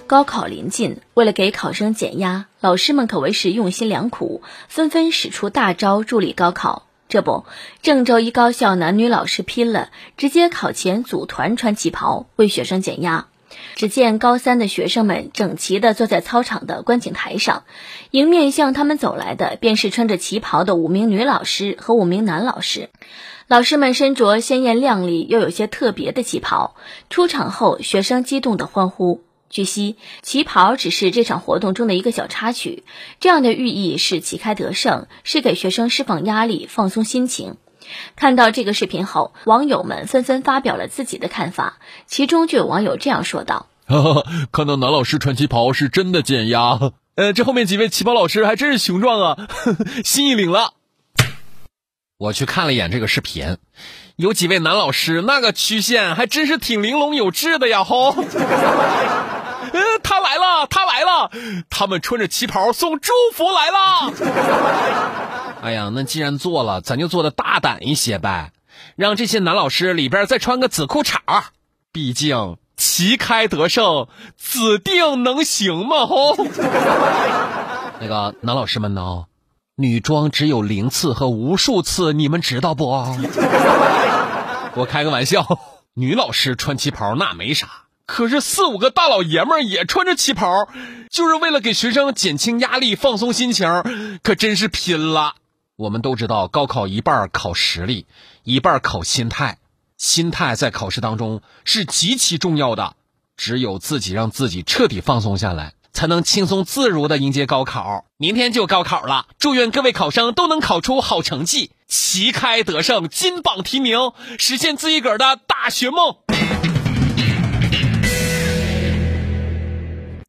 高考临近，为了给考生减压，老师们可谓是用心良苦，纷纷使出大招助力高考。这不，郑州一高校男女老师拼了，直接考前组团穿旗袍，为学生减压。只见高三的学生们整齐地坐在操场的观景台上，迎面向他们走来的便是穿着旗袍的5名女老师和5名男老师。老师们身着鲜艳亮丽又有些特别的旗袍，出场后学生激动地欢呼。据悉，旗袍只是这场活动中的一个小插曲，这样的寓意是旗开得胜，是给学生释放压力、放松心情。看到这个视频后，网友们纷纷发表了自己的看法，其中就有网友这样说道： 看到男老师穿旗袍是真的减压，这后面几位旗袍老师还真是雄壮啊，心意领了。我去看了一眼这个视频，有几位男老师那个曲线还真是挺玲珑有致的呀吼。他来了，他们穿着旗袍送祝福来了。哎呀，那既然做了，咱就做的大胆一些呗，让这些男老师里边再穿个紫裤衩，毕竟旗开得胜，指定能行嘛吼。那个男老师们呢，女装只有0次和无数次，你们知道不？我开个玩笑，女老师穿旗袍那没啥，可是4、5个大老爷们儿也穿着旗袍，就是为了给学生减轻压力、放松心情，可真是拼了。我们都知道，高考一半考实力，一半考心态。心态在考试当中是极其重要的，只有自己让自己彻底放松下来，才能轻松自如地迎接高考。明天就高考了，祝愿各位考生都能考出好成绩，旗开得胜，金榜题名，实现自己个儿的大学梦。